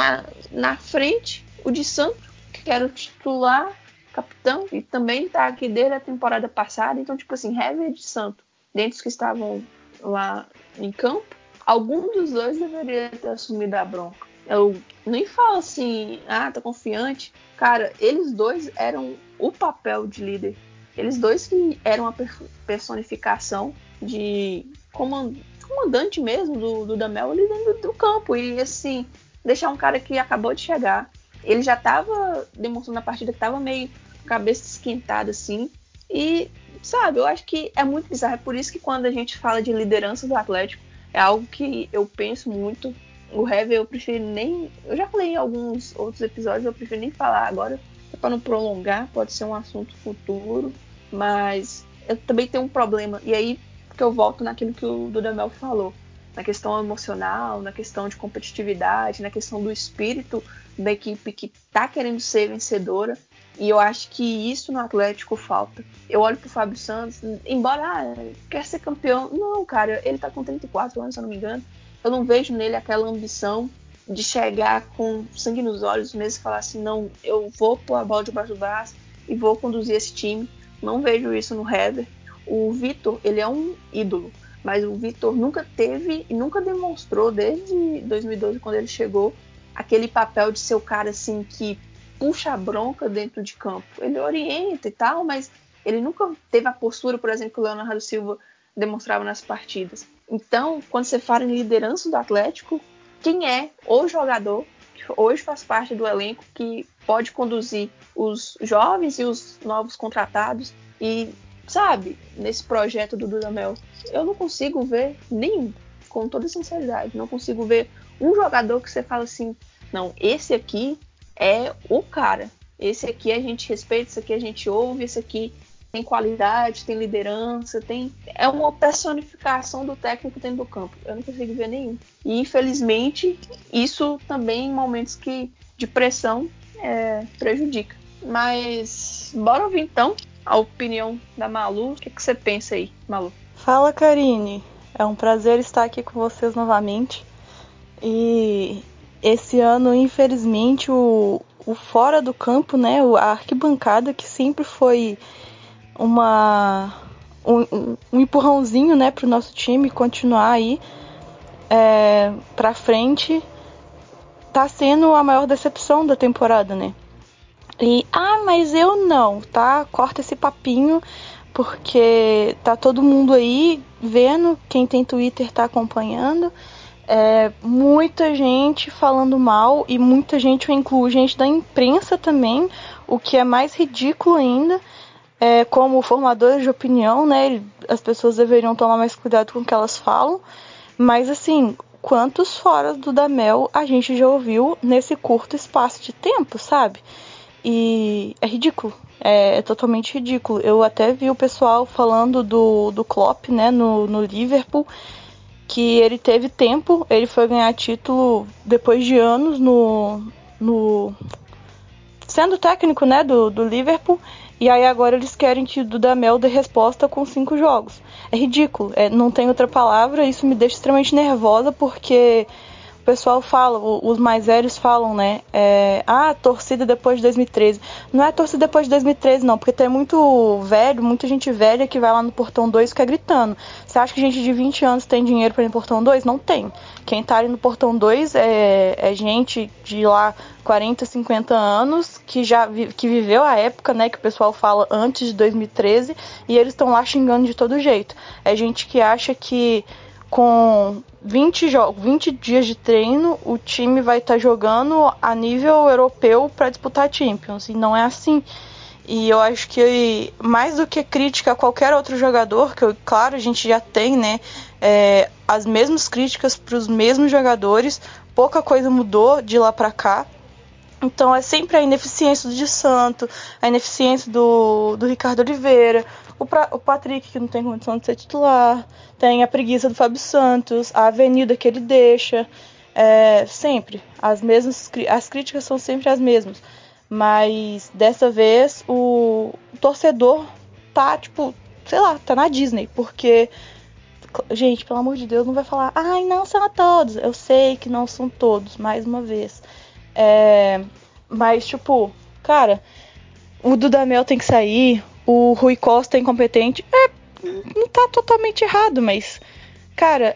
S2: Na frente, o de Santos, que era o titular, capitão, e também tá aqui desde a temporada passada. Então, tipo assim, Hever de Santos, dentre os que estavam lá em campo, algum dos dois deveria ter assumido a bronca. Eu nem falo assim, tá confiante. Cara, eles dois eram o papel de líder. Eles dois que eram a personificação de comandante mesmo do Damel ali dentro do campo. E assim, deixar um cara que acabou de chegar. Ele já tava demonstrando na partida que tava meio cabeça esquentada assim. E, sabe, eu acho que é muito bizarro. É por isso que quando a gente fala de liderança do Atlético, é algo que eu penso muito. O Hever eu prefiro nem... Eu já falei em alguns outros episódios, eu prefiro nem falar agora, para não prolongar, pode ser um assunto futuro. Mas eu também tenho um problema. E aí que eu volto naquilo que o Dudamel falou. Na questão emocional, na questão de competitividade, na questão do espírito da equipe que tá querendo ser vencedora. E eu acho que isso no Atlético falta. Eu olho pro Fábio Santos, embora quer ser campeão. Não, cara, ele tá com 34 anos, se eu não me engano. Eu não vejo nele aquela ambição de chegar com sangue nos olhos mesmo e falar assim, não, eu vou pôr a bola debaixo do braço e vou conduzir esse time. Não vejo isso no Hever. O Vitor, ele é um ídolo, mas o Vitor nunca teve e nunca demonstrou, desde 2012, quando ele chegou, aquele papel de ser o cara assim que puxa a bronca dentro de campo. Ele orienta e tal, mas ele nunca teve a postura, por exemplo, que o Leonardo Silva demonstrava nas partidas. Então, quando você fala em liderança do Atlético, quem é o jogador que hoje faz parte do elenco que pode conduzir os jovens e os novos contratados e, sabe, nesse projeto do Dudamel, eu não consigo ver nenhum, com toda sinceridade, não consigo ver um jogador que você fala assim, não, esse aqui é o cara, esse aqui a gente respeita, esse aqui a gente ouve, esse aqui tem qualidade, tem liderança, é uma personificação do técnico dentro do campo. Eu não consigo ver nenhum. E infelizmente isso também em momentos de pressão prejudica. Mas bora ouvir então a opinião da Malu. O que você pensa aí, Malu?
S5: Fala, Karine. É um prazer estar aqui com vocês novamente. E esse ano, infelizmente, o fora do campo, né, a arquibancada, que sempre foi um empurrãozinho, né, pro nosso time continuar aí pra frente, tá sendo a maior decepção da temporada, né? E, mas eu não, tá? Corta esse papinho, porque tá todo mundo aí vendo, quem tem Twitter tá acompanhando, muita gente falando mal, e muita gente, eu incluo gente da imprensa também, o que é mais ridículo ainda. Como formadores de opinião, né, as pessoas deveriam tomar mais cuidado com o que elas falam, mas assim, quantos fora do Dudamel a gente já ouviu nesse curto espaço de tempo, sabe? E é ridículo, é totalmente ridículo. Eu até vi o pessoal falando do Klopp, né, no Liverpool, que ele teve tempo, ele foi ganhar título depois de anos sendo técnico, né, do Liverpool, e aí agora eles querem que o Dudamel dê resposta com 5 jogos. É ridículo, não tem outra palavra, isso me deixa extremamente nervosa, porque o pessoal fala, os mais velhos falam, né, torcida depois de 2013. Não é torcida depois de 2013 não, porque tem muito velho, muita gente velha que vai lá no Portão 2 e fica gritando. Você acha que gente de 20 anos tem dinheiro para ir no Portão 2? Não tem. Quem tá ali no Portão 2 é gente de lá 40, 50 anos que viveu a época, né, que o pessoal fala antes de 2013, e eles estão lá xingando de todo jeito. É gente que acha que com 20 dias de treino o time vai estar jogando a nível europeu para disputar Champions, e não é assim. E eu acho que mais do que crítica a qualquer outro jogador, que claro, a gente já tem, né, as mesmas críticas para os mesmos jogadores, pouca coisa mudou de lá para cá. Então é sempre a ineficiência do Di Santo, a ineficiência do Ricardo Oliveira, o Patrick, que não tem condição de ser titular, tem a preguiça do Fábio Santos, a avenida que ele deixa. Sempre. As críticas são sempre as mesmas. Mas dessa vez o torcedor tá, tipo, sei lá, tá na Disney. Porque, gente, pelo amor de Deus, não vai falar, ai, não são todos. Eu sei que não são todos, mais uma vez. Mas, tipo, cara, o Dudamel tem que sair, o Rui Costa é incompetente. Não tá totalmente errado, mas, cara,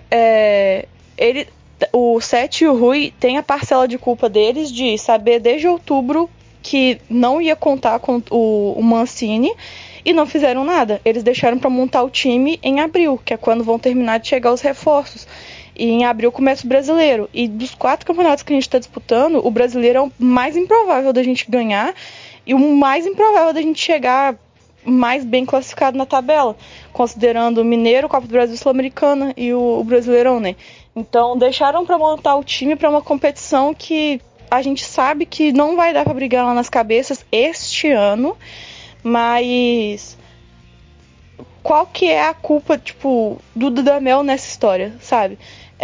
S5: o Sete e o Rui têm a parcela de culpa deles de saber desde outubro que não ia contar com o Mancini e não fizeram nada. Eles deixaram para montar o time em abril, que é quando vão terminar de chegar os reforços. E em abril começa o brasileiro. E dos 4 campeonatos que a gente está disputando, o brasileiro é o mais improvável da gente ganhar e o mais improvável da gente chegar mais bem classificado na tabela, considerando o Mineiro, Copa do Brasil, Sul-Americana e o Brasileirão, né? Então deixaram para montar o time para uma competição que a gente sabe que não vai dar para brigar lá nas cabeças este ano, mas qual que é a culpa, tipo, do Dudamel nessa história, sabe?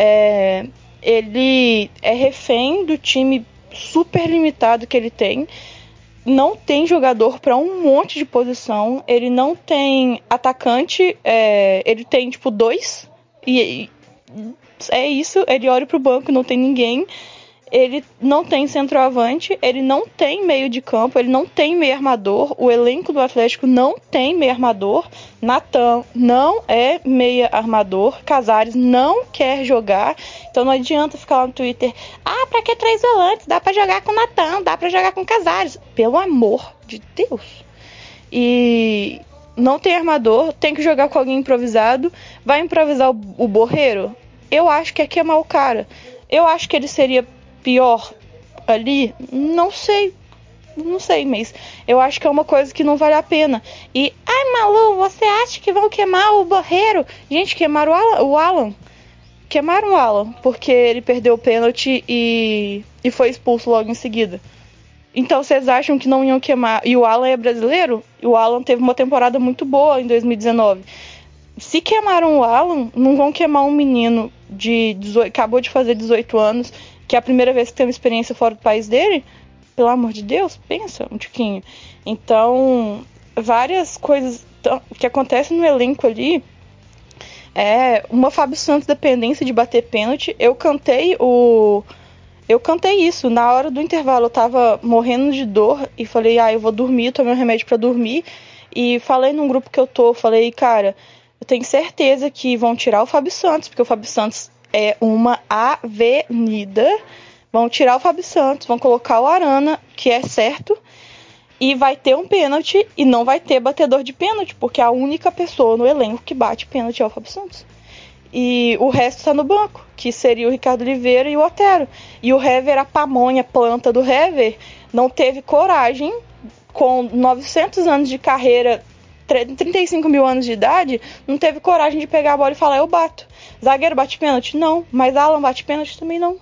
S5: Ele é refém do time super limitado que ele tem, não tem jogador para um monte de posição, ele não tem atacante, ele tem, tipo, 2, e é isso, ele olha pro banco, não tem ninguém. Ele não tem centroavante, ele não tem meio de campo, ele não tem meio armador. O elenco do Atlético não tem meio armador. Natan não é meia armador. Casares não quer jogar. Então não adianta ficar lá no Twitter. Pra que 3 volantes? Dá pra jogar com Natan, dá pra jogar com Casares. Pelo amor de Deus. E não tem armador, tem que jogar com alguém improvisado. Vai improvisar o Borreiro? Eu acho que é queimar o cara. Eu acho que ele seria pior ali, não sei, mas eu acho que é uma coisa que não vale a pena. E, Malu, você acha que vão queimar o Borreiro? Gente, queimaram o Alan. Queimaram o Alan, porque ele perdeu o pênalti e foi expulso logo em seguida. Então, vocês acham que não iam queimar? E o Alan é brasileiro? E o Alan teve uma temporada muito boa em 2019. Se queimaram o Alan, não vão queimar um menino acabou de fazer 18 anos, que é a primeira vez que tem uma experiência fora do país dele? Pelo amor de Deus, pensa um tiquinho. Então, várias coisas que acontecem no elenco ali. Uma Fábio Santos dependência de bater pênalti. Eu cantei isso. Na hora do intervalo eu tava morrendo de dor e falei, eu vou dormir, tomei um remédio pra dormir. E falei num grupo que eu falei, cara, eu tenho certeza que vão tirar o Fábio Santos, porque o Fábio Santos é uma avenida. Vão tirar o Fábio Santos, vão colocar o Arana, que é certo, e vai ter um pênalti e não vai ter batedor de pênalti, porque a única pessoa no elenco que bate pênalti é o Fábio Santos. E o resto tá no banco, que seria o Ricardo Oliveira e o Otero. E o Hever, a pamonha planta do Hever, não teve coragem, com 900 anos de carreira, 35 mil anos de idade, não teve coragem de pegar a bola e falar, eu bato. Zagueiro bate pênalti? Não. Mas Alan bate pênalti? Também não.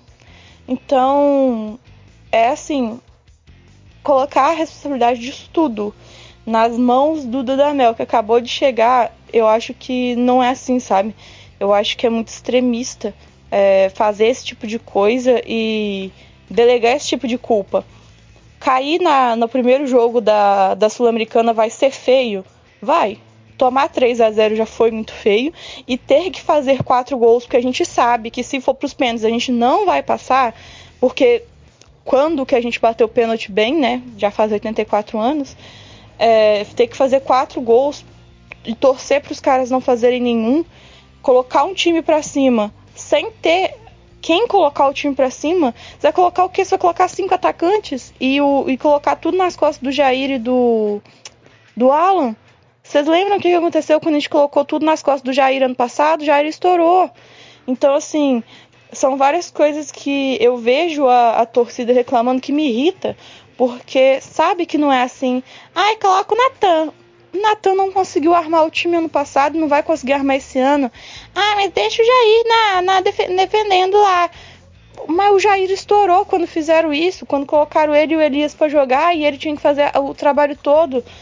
S5: Então, assim, colocar a responsabilidade disso tudo nas mãos do Dudamel, que acabou de chegar, eu acho que não é assim, sabe? Eu acho que é muito extremista fazer esse tipo de coisa e delegar esse tipo de culpa. Cair no primeiro jogo da Sul-Americana vai ser feio? Vai. Tomar 3-0 já foi muito feio. E ter que fazer 4 gols, porque a gente sabe que se for pros pênaltis a gente não vai passar, porque quando que a gente bateu o pênalti bem, né? Já faz 84 anos. Ter que fazer 4 gols e torcer pros caras não fazerem nenhum. Colocar um time pra cima sem ter quem colocar o time pra cima. Você vai colocar o quê? Você vai colocar 5 atacantes e colocar tudo nas costas do Jair e do Alan? Vocês lembram o que aconteceu quando a gente colocou tudo nas costas do Jair ano passado? O Jair estourou. Então, assim, são várias coisas que eu vejo a torcida reclamando que me irrita, porque sabe que não é assim. Coloca o Natan. O Natan não conseguiu armar o time ano passado, não vai conseguir armar esse ano. Mas deixa o Jair defendendo lá. Mas o Jair estourou quando fizeram isso, quando colocaram ele e o Elias pra jogar e ele tinha que fazer o trabalho todo.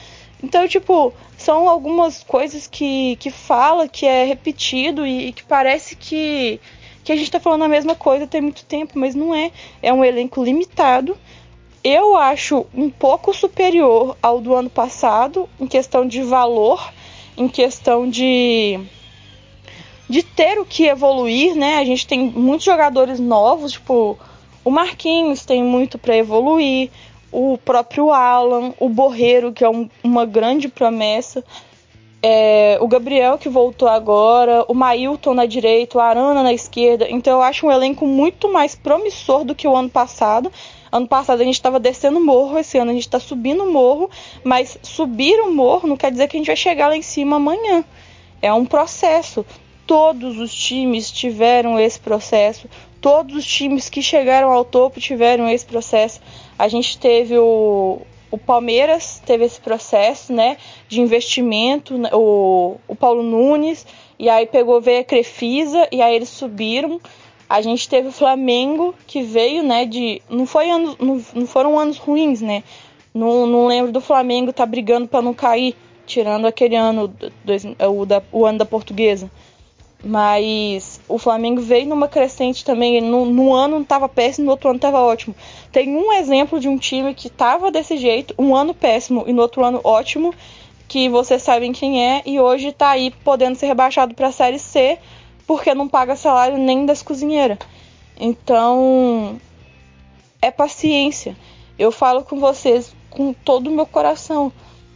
S5: Então, tipo, são algumas coisas que fala, que é repetido e que parece que a gente tá falando a mesma coisa tem muito tempo, mas não é. É um elenco limitado. Eu acho um pouco superior ao do ano passado, em questão de valor, em questão de ter o que evoluir, né? A gente tem muitos jogadores novos, tipo, o Marquinhos tem muito para evoluir, o próprio Alan, o Borreiro, que é uma grande promessa, o Gabriel, que voltou agora, o Mailton na direita, o Arana na esquerda. Então eu acho um elenco muito mais promissor do que o ano passado. Ano passado a gente estava descendo o morro, esse ano a gente está subindo o morro, mas subir o morro não quer dizer que a gente vai chegar lá em cima amanhã. É um processo. Todos os times tiveram esse processo. Todos os times que chegaram ao topo tiveram esse processo. A gente teve o Palmeiras, teve esse processo, né, de investimento, o Paulo Nunes, e aí veio a Crefisa, e aí eles subiram. A gente teve o Flamengo, que veio, né, não foram anos ruins, né? Não lembro do Flamengo tá brigando para não cair, tirando aquele ano, o ano da Portuguesa. Mas o Flamengo veio numa crescente também. No ano estava péssimo, no outro ano estava ótimo. Tem um exemplo de um time que estava desse jeito, um ano péssimo e no outro ano ótimo, que vocês sabem quem é, e hoje está aí podendo ser rebaixado para a Série C, porque não paga salário nem das cozinheiras. Então, é paciência. Eu falo com vocês com todo o meu coração.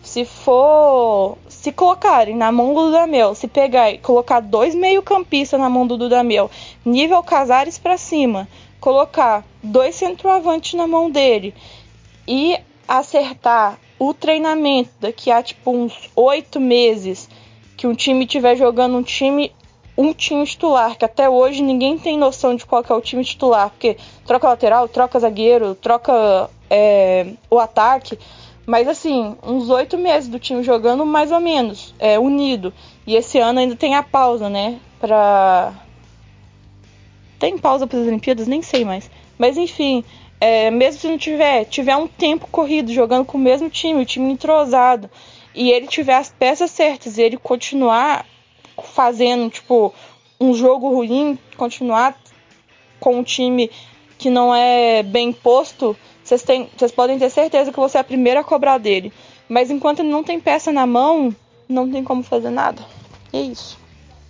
S5: Se colocarem na mão do Dudamel, se pegar e colocar 2 meio-campistas na mão do Dudamel, nível Casares pra cima, colocar 2 centroavantes na mão dele e acertar o treinamento daqui a tipo uns 8 meses, que um time estiver jogando um time titular, que até hoje ninguém tem noção de qual que é o time titular, porque troca lateral, troca zagueiro, troca o ataque. Mas assim, uns 8 meses do time jogando mais ou menos, unido. E esse ano ainda tem a pausa, né? Tem pausa para as Olimpíadas? Nem sei mais. Mas enfim, mesmo se não tiver um tempo corrido jogando com o mesmo time, o time entrosado, e ele tiver as peças certas e ele continuar fazendo, tipo, um jogo ruim, continuar com um time que não é bem posto, vocês podem ter certeza que você é a primeira a cobrar dele. Mas enquanto ele não tem peça na mão, não tem como fazer nada. É isso.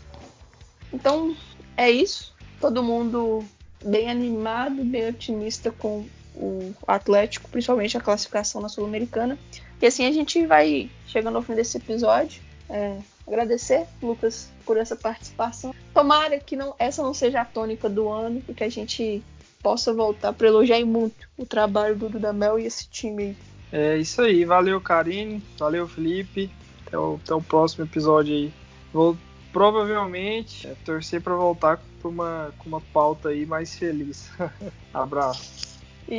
S2: Então, é isso. Todo mundo bem animado, bem otimista com o Atlético, principalmente a classificação na Sul-Americana. E assim a gente vai chegando ao fim desse episódio. Agradecer, Lucas, por essa participação. Tomara que essa não seja a tônica do ano, porque a gente possa voltar para elogiar muito o trabalho do Dudamel e esse time aí.
S3: É isso aí. Valeu, Karine. Valeu, Felipe. Até o próximo episódio aí. Vou provavelmente torcer para voltar com uma pauta aí mais feliz. Abraço.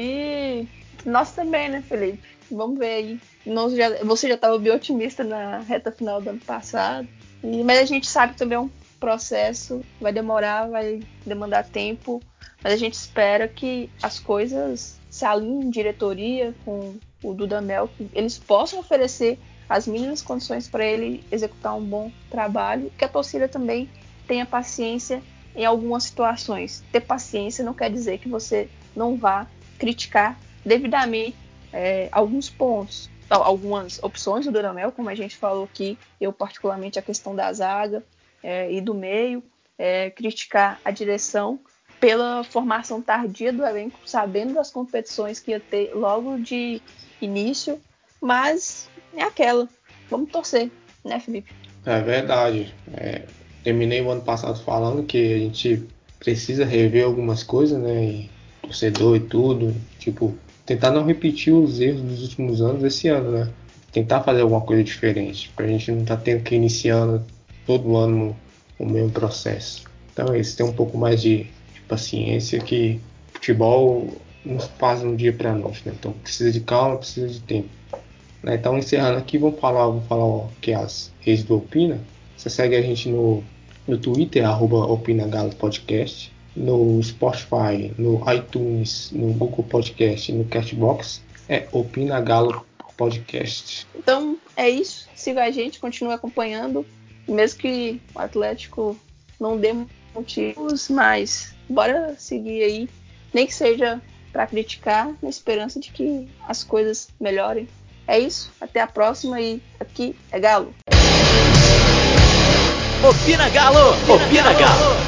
S2: E nós também, né, Felipe? Vamos ver aí. Você já estava bem otimista na reta final do ano passado. Mas a gente sabe que também é um processo, vai demorar, vai demandar tempo. Mas a gente espera que as coisas se alinhem, diretoria com o Dudamel, que eles possam oferecer as mínimas condições para ele executar um bom trabalho, que a torcida também tenha paciência em algumas situações. Ter paciência não quer dizer que você não vá criticar devidamente alguns pontos, algumas opções do Dudamel, como a gente falou aqui, eu particularmente a questão da zaga e do meio, criticar a direção pela formação tardia do elenco, sabendo das competições que ia ter logo de início, mas é aquela, vamos torcer, né, Felipe?
S4: É verdade. Terminei o ano passado falando que a gente precisa rever algumas coisas, né? E torcedor e tudo. Tipo, tentar não repetir os erros dos últimos anos esse ano, né? Tentar fazer alguma coisa diferente. Pra gente não estar tendo que ir iniciando todo ano o mesmo processo. Então é isso, ter um pouco mais de paciência, que futebol não faz um dia pra noite, né? Então precisa de calma, precisa de tempo. Então, encerrando aqui, vamos falar o que é as redes do Opina. Você segue a gente no Twitter, @OpinaGaloPodcast, no Spotify, no iTunes, no Google Podcast, no Castbox, Opina Galo podcast.
S2: Então é isso. Siga a gente, continue acompanhando. Mesmo que o Atlético não dê motivos, mas bora seguir aí. Nem que seja para criticar, na esperança de que as coisas melhorem. É isso. Até a próxima e aqui é Galo.
S1: Opina Galo! Opina Galo!